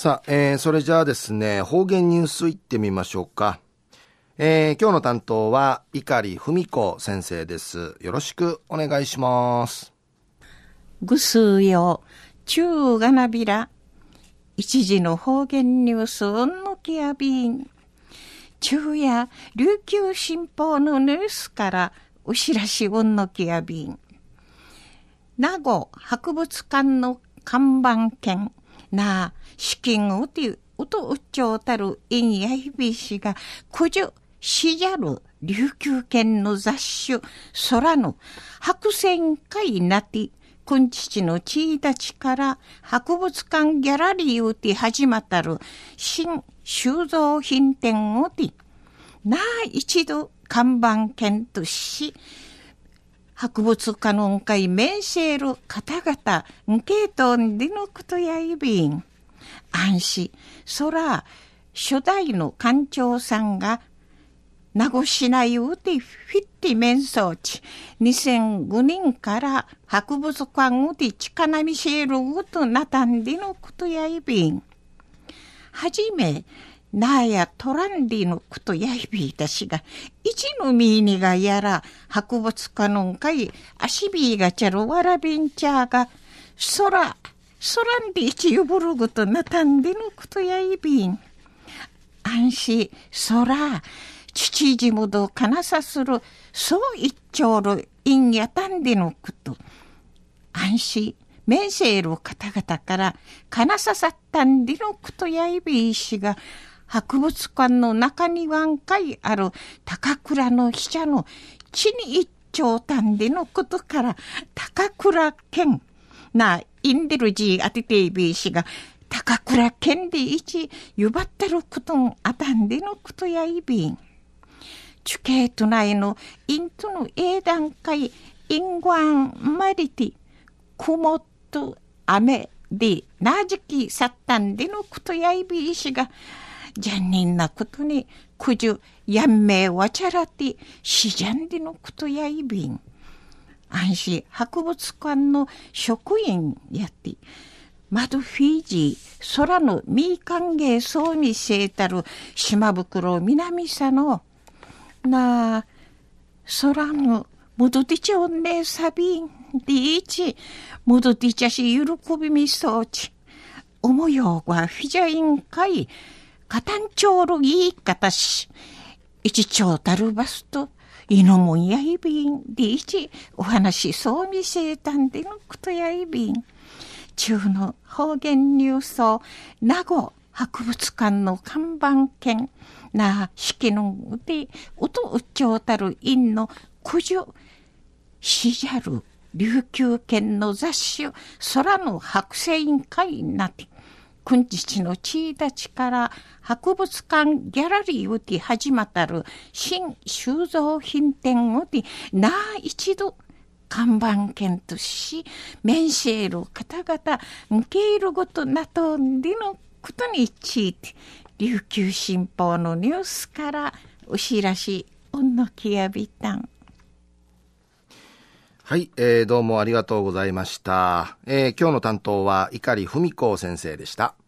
さあ、それじゃあですね、方言ニュースいってみましょうか。今日の担当は碇文子先生です。よろしくお願いします。 ぐすうよ、ちゅうがなびら、一時の方言ニュースうんのきやびん。昼夜、琉球新報のニュースからお知らしうんのきやびん。名護博物館の看板犬な資金うてうとうっちょうたるいんやいびしがくじゅしじゃる琉球犬の雑種空の白線会なてくんちちのちいたちから博物館ギャラリーうて始まったる新収蔵品店うてな一度看板犬とし博物館の会名せる方々んけいとんでのことやいびん。安心、そら、初代の館長さんが、名護市内うてフィッティ面相地、2005年から博物館うて近なみせるうとなたんでのことやいびん。はじめ、なやトランディのことやいびいたしが、一のみーにがやら、博物館のかい、あしびいがちゃるわらびんちゃが、そらんで一ゆぶるぐとなたんでのことやいびん。安心、そら、父じむどかなさする、そう一丁るいんやたんでのこと。安心、メンセール方々からかなささったんでのことやいびいしが、博物館の中にわんかいある高倉の飛車の地に一丁たんでのことから高倉県なインデルジー当てていびいしが高倉県で一ゆばったることんあたんでのことやいびん。地形都内のイントの英段階インゴアンマリティ雲と雨でなじきさったんでのことやいびいしがじゃんにんなことにくじゅやんめいわちゃらてしじゃんでのことやいびん。安心博物館の職員やってマドフィージー空のみー歓迎そうみせいたる島袋南さのなあ空のむどてちゃおんねさびんでいちむどてちゃし喜びみそうちおもようがフィジャインかいかたんちょうるいいかたし一丁たるバスといのもんやいびんでいちお話そうみせいたんでのことやいびん中の方言ニュースを名護博物館の看板犬な式のうてうとうっちょうたるいんのくじゅしじゃる琉球犬の雑種空の白線会なてくんちちのちいたちから博物館ギャラリーうて始まったる新収蔵品店うてなあ一度看板犬とし面せる方々向けるごとなとんでのことについて琉球新報のニュースからお知らしうんのきやびたん。 はい、どうもありがとうございました。今日の担当は碇文子先生でした。